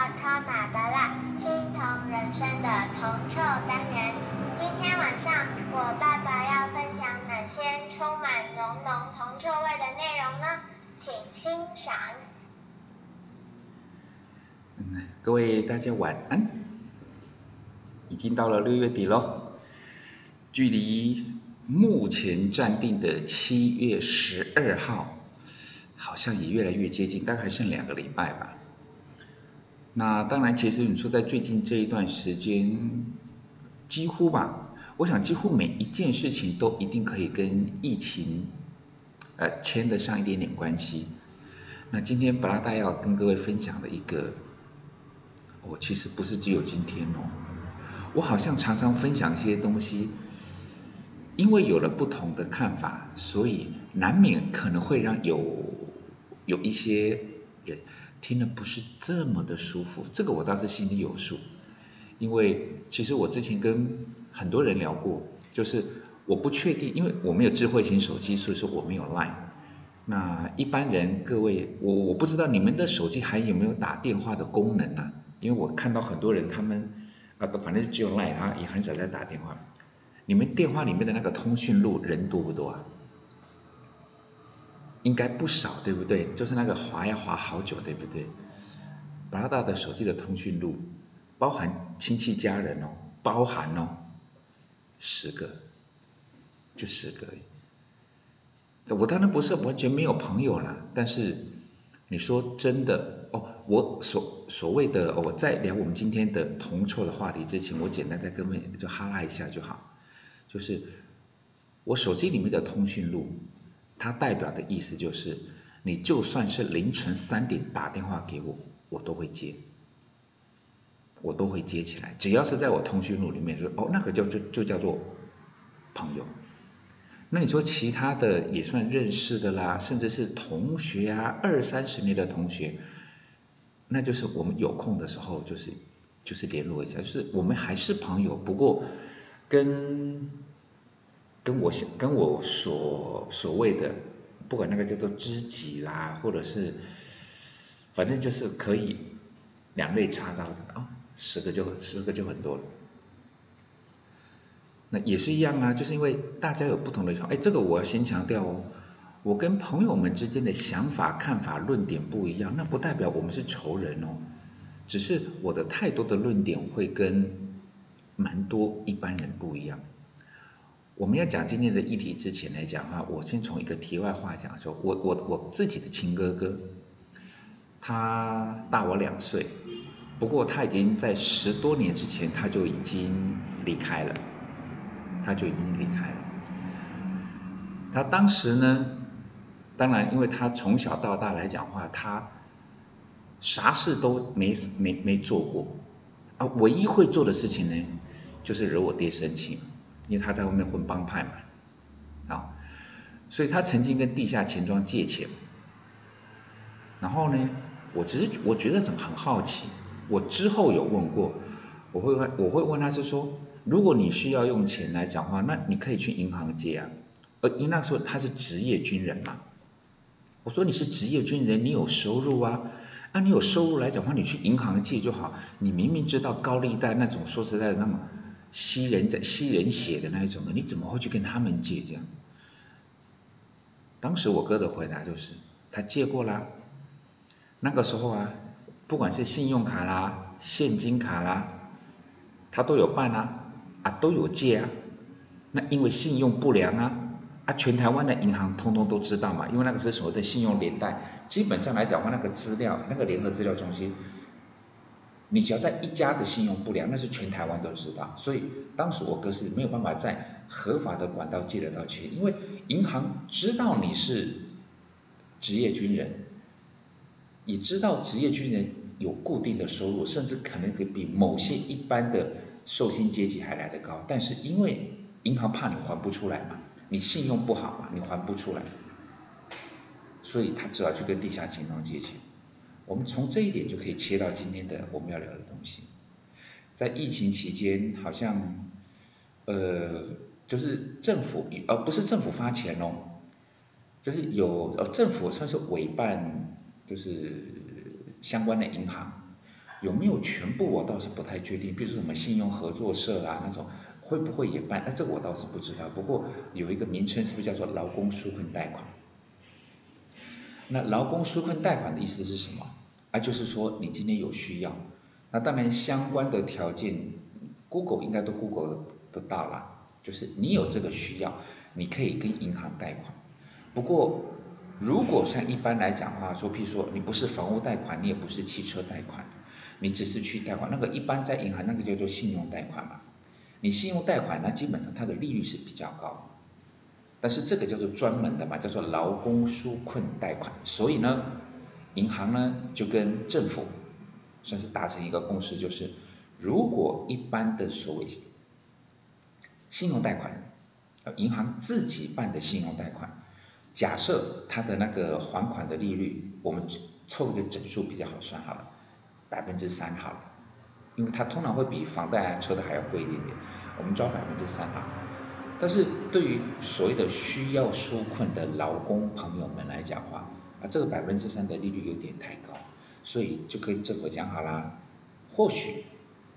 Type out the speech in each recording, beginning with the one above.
超马的辣青铜人生的铜臭单元。今天晚上我爸爸要分享哪些充满浓浓铜臭味的内容呢？请欣赏。 各位大家晚安。已经到了6月底咯，距离目前暂定的7月12号好像也越来越接近，大概还剩2个礼拜吧。那当然，其实你说在最近这一段时间，几乎吧，我想几乎每一件事情都一定可以跟疫情牵得上一点点关系。那今天布拉达要跟各位分享的一个，其实不是只有今天哦，我好像常常分享一些东西，因为有了不同的看法，所以难免可能会让有一些人听了不是这么的舒服，这个我倒是心里有数。因为其实我之前跟很多人聊过，就是我不确定，因为我没有智慧型手机，所以说我没有 Line。那一般人各位，我不知道你们的手机还有没有打电话的功能啊？因为我看到很多人他们反正只有 Line， 然后也很少在打电话。你们电话里面的那个通讯录人多不多啊？应该不少，对不对？就是那个滑要滑好久，对不对？布拉达的手机的通讯录，包含亲戚家人哦，包含10个，就10个而已。我当然不是完全没有朋友啦，但是你说真的我所谓的我在聊我们今天的铜臭的话题之前，我简单再跟各位就哈拉一下就好。就是我手机里面的通讯录，它代表的意思就是，你就算是凌晨3点打电话给我，我都会接，我都会接起来。只要是在我通讯录里面，那个就叫做朋友。那你说其他的也算认识的啦，甚至是同学啊，20-30年的同学，那就是我们有空的时候就是联络一下，就是我们还是朋友，不过跟我所谓的，不管那个叫做知己啦，或者是反正就是可以两肋插刀的10个就很多了。那也是一样啊，就是因为大家有不同的这个我要先强调哦，我跟朋友们之间的想法、看法、论点不一样，那不代表我们是仇人哦，只是我的太多的论点会跟蛮多一般人不一样。我们要讲今天的议题之前来讲的话，我先从一个题外话讲说，我自己的亲哥哥，他大我2岁，不过他已经在10多年之前他就已经离开了。他当时呢，当然因为他从小到大来讲话，他啥事都没做过唯一会做的事情呢，就是惹我爹生气，因为他在外面混帮派嘛所以他曾经跟地下钱庄借钱。然后呢，我觉得很好奇，我之后有问过，我会问他是说，如果你需要用钱来讲话，那你可以去银行借啊。因为那时候他是职业军人嘛，我说你是职业军人，你有收入啊，你有收入来讲话，你去银行借就好。你明明知道高利贷那种说实在的那么吸人血的那一种的，你怎么会去跟他们借这样？当时我哥的回答就是他借过啦，那个时候不管是信用卡啦、现金卡啦，他都有办都有借那因为信用不良全台湾的银行通通都知道嘛，因为那个是所谓的信用连带，基本上来讲的话，那个资料，那个联合资料中心，你只要在一家的信用不良，那是全台湾都知道。所以当时我哥是没有办法在合法的管道借得到钱，因为银行知道你是职业军人，也知道职业军人有固定的收入，甚至可能可以比某些一般的受薪阶级还来得高，但是因为银行怕你还不出来嘛，你信用不好嘛，你还不出来，所以他只好去跟地下钱庄借钱。我们从这一点就可以切到今天的我们要聊的东西。在疫情期间，好像就是政府不是政府发钱就是有政府算是委办，就是相关的银行有没有全部我倒是不太确定，比如说什么信用合作社啊那种，会不会也办？这我倒是不知道。不过有一个名称是不是叫做劳工纾困贷款？那劳工纾困贷款的意思是什么？就是说你今天有需要，那当然相关的条件 ，Google 应该都 Google 得到啦，就是你有这个需要，你可以跟银行贷款。不过如果像一般来讲的话，说譬如说你不是房屋贷款，你也不是汽车贷款，你只是去贷款，那个一般在银行那个叫做信用贷款嘛。你信用贷款呢，基本上它的利率是比较高，但是这个叫做专门的嘛，叫做劳工纾困贷款。所以呢，银行呢就跟政府算是达成一个共识，就是如果一般的所谓信用贷款，银行自己办的信用贷款，假设它的那个还款的利率，我们凑一个整数比较好算好了，3%好了，因为它通常会比房贷车的还要贵一点点，我们抓3%好了。但是对于所谓的需要纾困的劳工朋友们来讲的话，这个3%的利率有点太高，所以就跟政府讲好啦，或许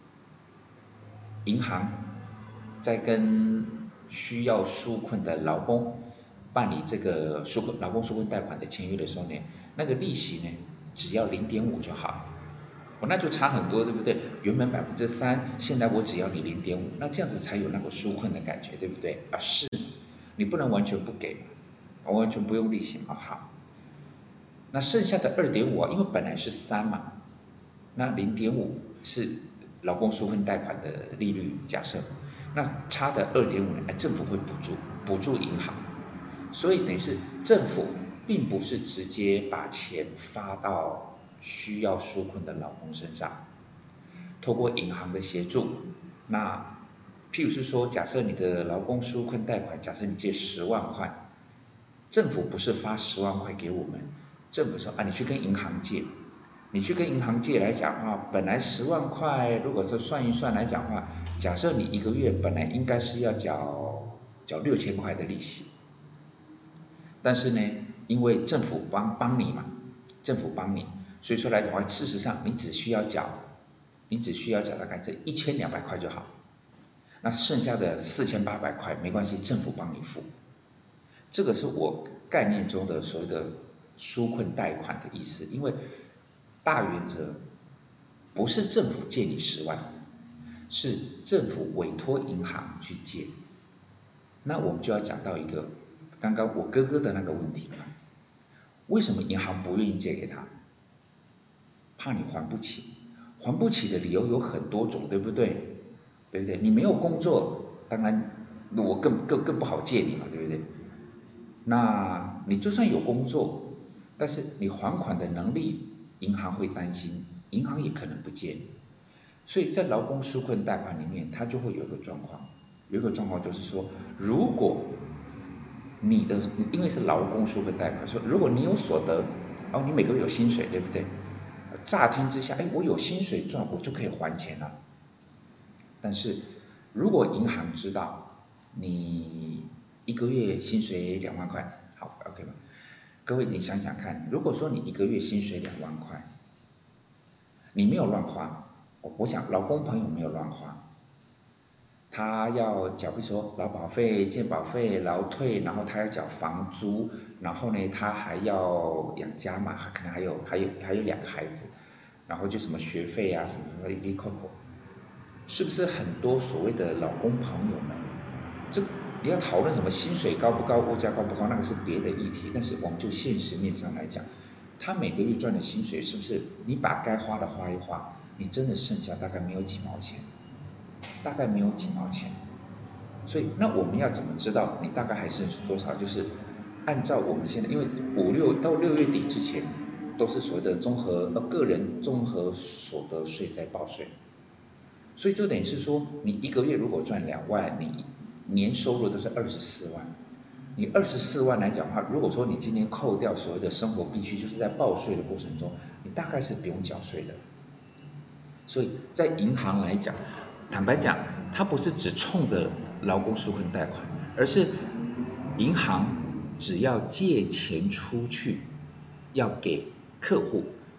银行在跟需要纾困的劳工办理这个劳工纾困贷款的签约的时候呢，那个利息呢只要0.5就好，那就差很多，对不对？原本3%，现在我只要你0.5，那这样子才有那个纾困的感觉，对不对？是，你不能完全不给，完全不用利息嘛。好，那剩下的2.5因为本来是3嘛，那0.5是劳工纾困贷款的利率假设，那差的2.5呢，政府会补助银行，所以等于是政府并不是直接把钱发到需要纾困的劳工身上，透过银行的协助，那譬如是说，假设你的劳工纾困贷款，假设你借10万块，政府不是发10万块给我们，政府说你去跟银行借，你去跟银行借来讲的话，本来10万块，如果是算一算来讲的话，假设你一个月本来应该是要缴6000块的利息，但是呢，因为政府帮你嘛，政府帮你。所以说来讲的话，事实上你只需要缴大概这1200块就好，那剩下的4800块没关系，政府帮你付。这个是我概念中的所谓的纾困贷款的意思，因为大原则不是政府借你10万，是政府委托银行去借。那我们就要讲到一个刚刚我哥哥的那个问题了，为什么银行不愿意借给他？怕你还不起，还不起的理由有很多种，对不对？对不对？你没有工作，当然我更不好借你嘛，对不对？那你就算有工作，但是你还款的能力，银行会担心，银行也可能不借你。所以在劳工纾困贷款里面，它就会有一个状况，就是说，如果因为是劳工纾困贷款，说如果你有所得，你每个月有薪水，对不对？乍听之下，我有薪水赚，我就可以还钱了。但是如果银行知道你一个月薪水2万块，好 ，OK 吗？各位你想想看，如果说你一个月薪水2万块，你没有乱花，我想劳工朋友没有乱花，他要缴，比如说劳保费、健保费、劳退，然后他要缴房租，然后呢他还要养家嘛，可能还有2个孩子，然后就什么学费啊什么一扣扣，是不是很多所谓的劳工朋友们，这你要讨论什么薪水高不高、物价高不高，那个是别的议题，但是我们就现实面上来讲，他每个月赚的薪水是不是你把该花的花一花，你真的剩下大概没有几毛钱，所以那我们要怎么知道你大概还剩多少？就是按照我们现在，因为到6月底之前都是所谓的个人综合所得税在报税，所以就等于是说，你一个月如果赚2万，你年收入都是24万，你24万来讲的话，如果说你今天扣掉所谓的生活必须，就是在报税的过程中，你大概是不用缴税的。所以在银行来讲，坦白讲，它不是只冲着劳工纾困贷款，而是银行只要借钱出去，要给客户，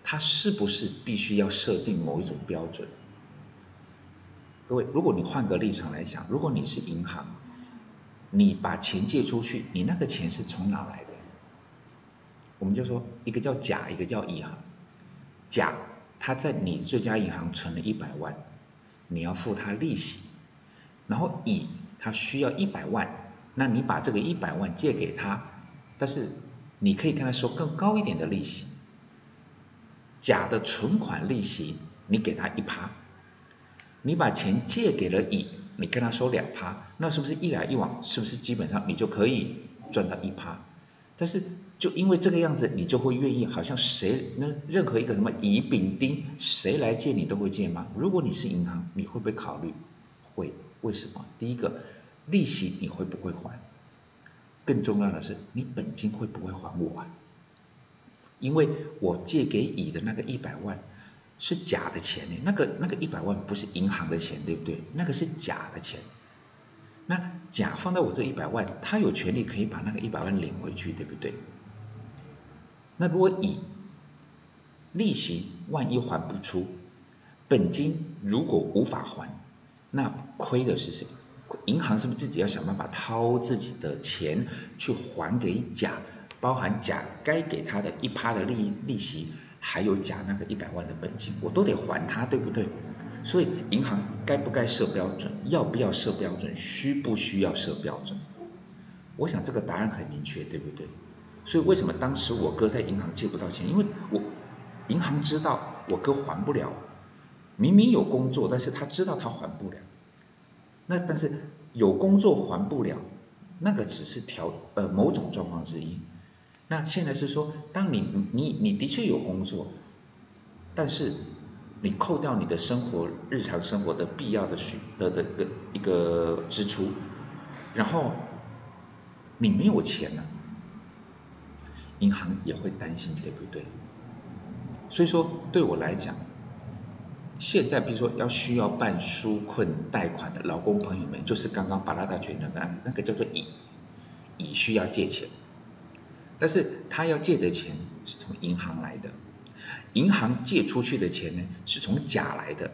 它是不是必须要设定某一种标准？各位，如果你换个立场来想，如果你是银行，你把钱借出去，你那个钱是从哪来的？我们就说一个叫甲，一个叫乙哈。甲他在你这家银行存了100万，你要付他利息，然后乙他需要100万，那你把这个100万借给他，但是你可以跟他收更高一点的利息。甲的存款利息你给他1%，你把钱借给了乙，你跟他收2%，那是不是一来一往，是不是基本上你就可以赚到1%？但是就因为这个样子，你就会愿意，好像任何一个什么乙丙丁，谁来借你都会借吗？如果你是银行，你会不会考虑？会。为什么？第一个，利息你会不会还？更重要的是，你本金会不会还我啊？因为我借给乙的那个100万是甲的钱呢，那个100万不是银行的钱，对不对？那个是甲的钱。那甲放到我这100万，他有权利可以把那个100万领回去，对不对？那如果乙利息万一还不出，本金如果无法还，那亏的是谁？银行是不是自己要想办法掏自己的钱去还给甲，包含甲该给他的1%的利息，还有甲那个100万的本金，我都得还他，对不对？所以银行该不该设标准？要不要设标准？需不需要设标准？我想这个答案很明确，对不对？所以为什么当时我哥在银行借不到钱？因为银行知道我哥还不了，明明有工作，但是他知道他还不了。那但是有工作还不了，那个只是某种状况之一。那现在是说，当你的确有工作，但是你扣掉你的日常生活的必要的一个支出，然后你没有钱了，银行也会担心，对不对？所以说对我来讲，现在比如说需要办纾困贷款的劳工朋友们，就是刚刚巴拉大群那个叫做乙需要借钱，但是他要借的钱是从银行来的，银行借出去的钱呢是从甲来的，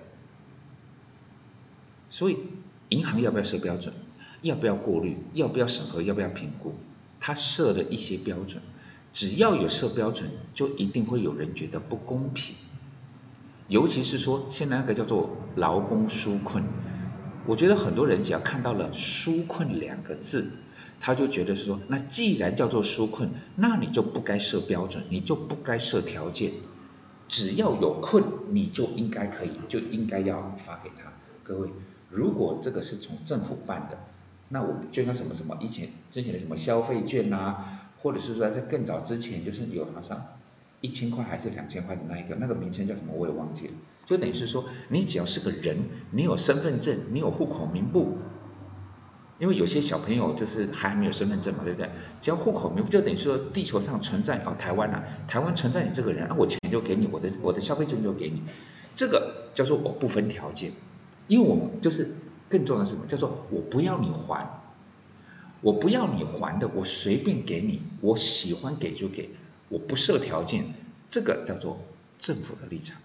所以银行要不要设标准？要不要过滤？要不要审核？要不要评估？他设了一些标准，只要有设标准，就一定会有人觉得不公平。尤其是说现在那个叫做劳工纾困，我觉得很多人只要看到了纾困2个字，他就觉得说，那既然叫做纾困，那你就不该设标准，你就不该设条件，只要有困你就应该可以，就应该要发给他。各位，如果这个是从政府办的，那我们就像什么之前的什么消费券啊，或者是说在更早之前，就是有好像1000块还是2000块的那个名称叫什么我也忘记了，就等于是说你只要是个人，你有身份证，你有户口名簿，因为有些小朋友就是还没有身份证嘛，对不对？只要户口名簿就等于说地球上存在台湾啊，台湾存在你这个人啊，我钱就给你，我的消费券就给你，这个叫做我不分条件，因为我们就是更重要的是什么？叫做我不要你还，我不要你还的，我随便给你，我喜欢给就给，我不设条件，这个叫做政府的立场。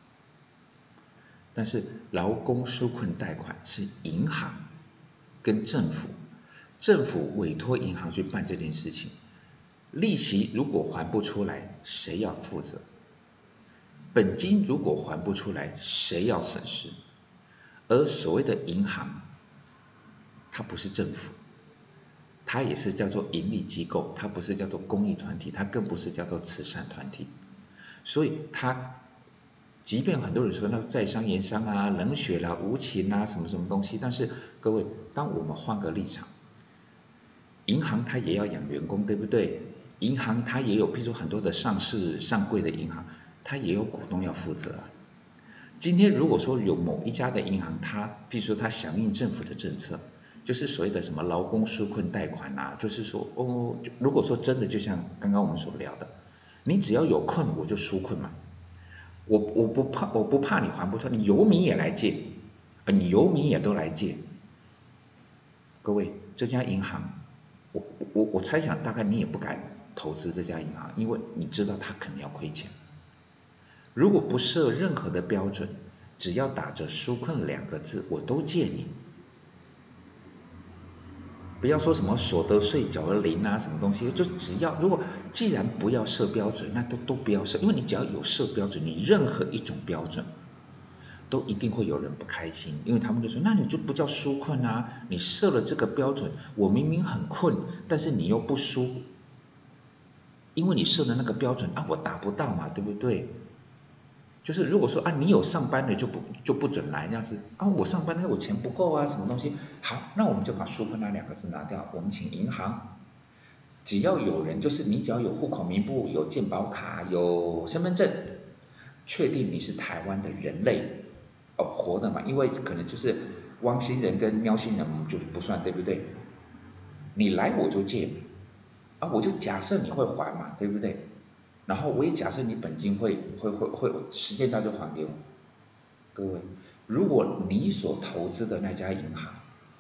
但是劳工纾困贷款是银行跟政府委托银行去办这件事情，利息如果还不出来，谁要负责？本金如果还不出来，谁要损失？而所谓的银行，它不是政府，它也是叫做盈利机构，它不是叫做公益团体，它更不是叫做慈善团体。所以它即便很多人说那在商言商啊、冷血啦、无情啊什么什么东西，但是各位，当我们换个立场，银行它也要养员工，对不对？银行它也有，譬如说很多的上市上柜的银行，它也有股东要负责啊。今天如果说有某一家的银行，它譬如说它响应政府的政策，就是所谓的什么劳工纾困贷款啊，就是说如果说真的就像刚刚我们所聊的，你只要有困我就纾困嘛，我不怕你还不出，你游民也来借，你游民也都来借。各位，这家银行，我猜想大概你也不敢投资这家银行，因为你知道它肯定要亏钱。 如果不设任何的标准，只要打着纾困2个字，我都借你。不要说什么所得税缴了0啊，什么东西，就只要既然不要设标准，那都不要设，因为你只要有设标准，你任何一种标准，都一定会有人不开心，因为他们就说，那你就不叫纾困啊，你设了这个标准，我明明很困，但是你又不纾，因为你设的那个标准啊，我达不到嘛，对不对？就是如果说啊，你有上班的就不准来这样子啊，我上班但是我钱不够啊，什么东西？好，那我们就把纾困那2个字拿掉，我们请银行，只要有人，就是你只要有户口名簿、有健保卡、有身份证，确定你是台湾的人类活的嘛，因为可能就是汪星人跟喵星人我们就不算，对不对？你来我就借你啊，我就假设你会还嘛，对不对？然后我也假设你本金会时间到就还给我。各位，如果你所投资的那家银行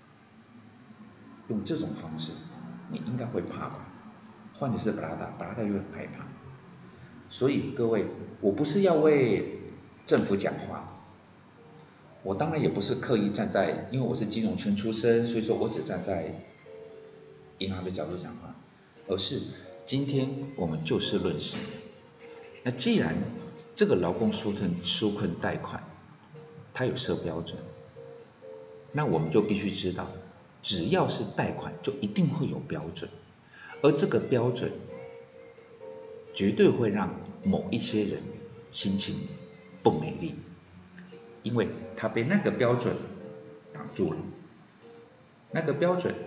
用这种方式，你应该会怕吧？换的是巴拉达就会害怕。所以各位，我不是要为政府讲话，我当然也不是刻意站在，因为我是金融圈出身，所以说我只站在银行的角度讲话，而是今天我们就事论事。那既然这个劳工纾困贷款它有设标准，那我们就必须知道，只要是贷款就一定会有标准，而这个标准绝对会让某一些人心情不美丽，因为他被那个标准挡住了，那个标准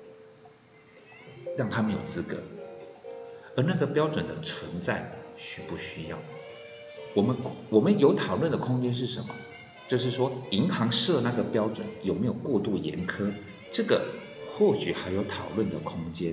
让他没有资格，而那个标准的存在需不需要？我们有讨论的空间是什么？就是说，银行设那个标准有没有过度严苛？这个或许还有讨论的空间，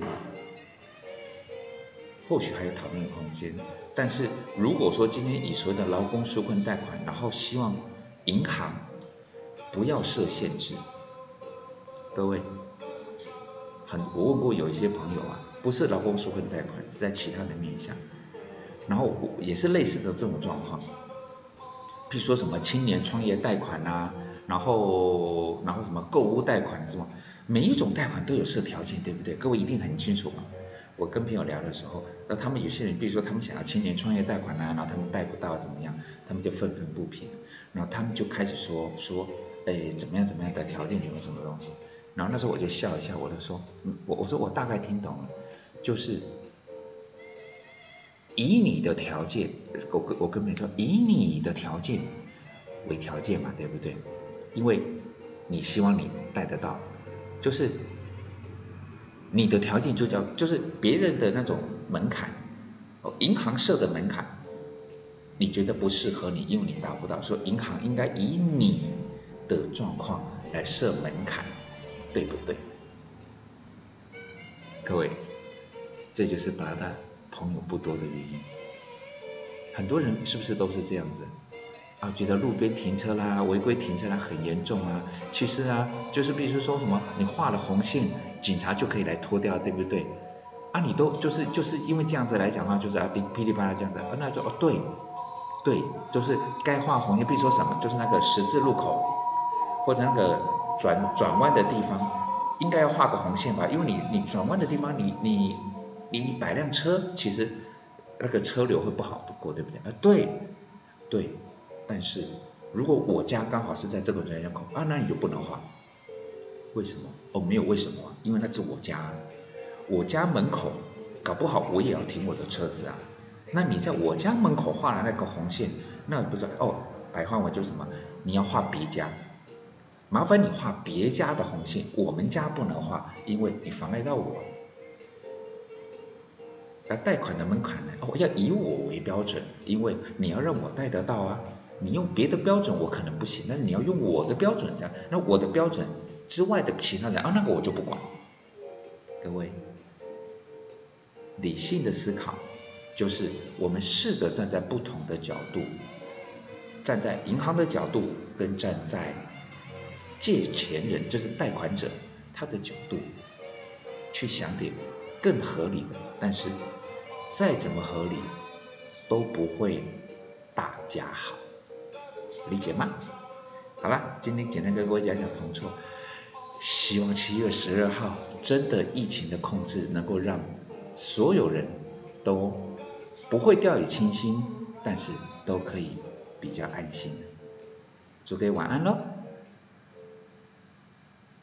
但是如果说今天以所谓的劳工纾困贷款，然后希望银行不要设限制，各位，我问过有一些朋友啊，不是劳工纾困贷款，是在其他的面向，然后也是类似的这种状况，譬如说什么青年创业贷款啊，然后什么购物贷款什么，每一种贷款都有设条件，对不对？各位一定很清楚嘛。我跟朋友聊的时候，那他们有些人，比如说他们想要青年创业贷款啊，然后他们贷不到怎么样，他们就愤愤不平，然后他们就开始说，怎么样的条件，什么东西。然后那时候我就笑一下，我就说，我说我大概听懂了，就是以你的条件，我跟别人说，以你的条件为条件嘛，对不对？因为你希望你贷得到，就是你的条件就是别人的那种门槛，银行设的门槛，你觉得不适合你，因为你达不到，说银行应该以你的状况来设门槛，对不对？各位，这就是巴拉达朋友不多的原因。很多人是不是都是这样子啊？觉得路边停车啦、违规停车啦很严重啊。其实啊，就是比如说什么，你画了红线，警察就可以来拖掉，对不对？啊，你都就是因为这样子来讲的话，就是啊噼里啪啦这样子，那就对，就是该画红线，比如说什么，就是那个十字路口或者那个转弯的地方，应该要画个红线吧？因为你转弯的地方，你摆辆车，其实那个车流会不好过，对不对？对，但是如果我家刚好是在这个人口啊，那你就不能画。为什么？没有为什么啊，因为那是我家，我家门口搞不好我也要停我的车子啊。那你在我家门口画了那个红线，那不是白话文就是什么？你要画别家，麻烦你画别家的红线，我们家不能画，因为你妨碍到我。那贷款的门槛呢？要以我为标准，因为你要让我贷得到啊。你用别的标准我可能不行，但是你要用我的标准这样，那我的标准之外的其他人那个我就不管。各位，理性的思考就是我们试着站在不同的角度，站在银行的角度跟站在借钱人就是贷款者他的角度去想点更合理的，但是再怎么合理都不会打家好，理解吗？好了，今天简单跟各位讲讲铜臭，希望7月12号真的疫情的控制能够让所有人都不会掉以轻心，但是都可以比较安心。祝各位晚安咯。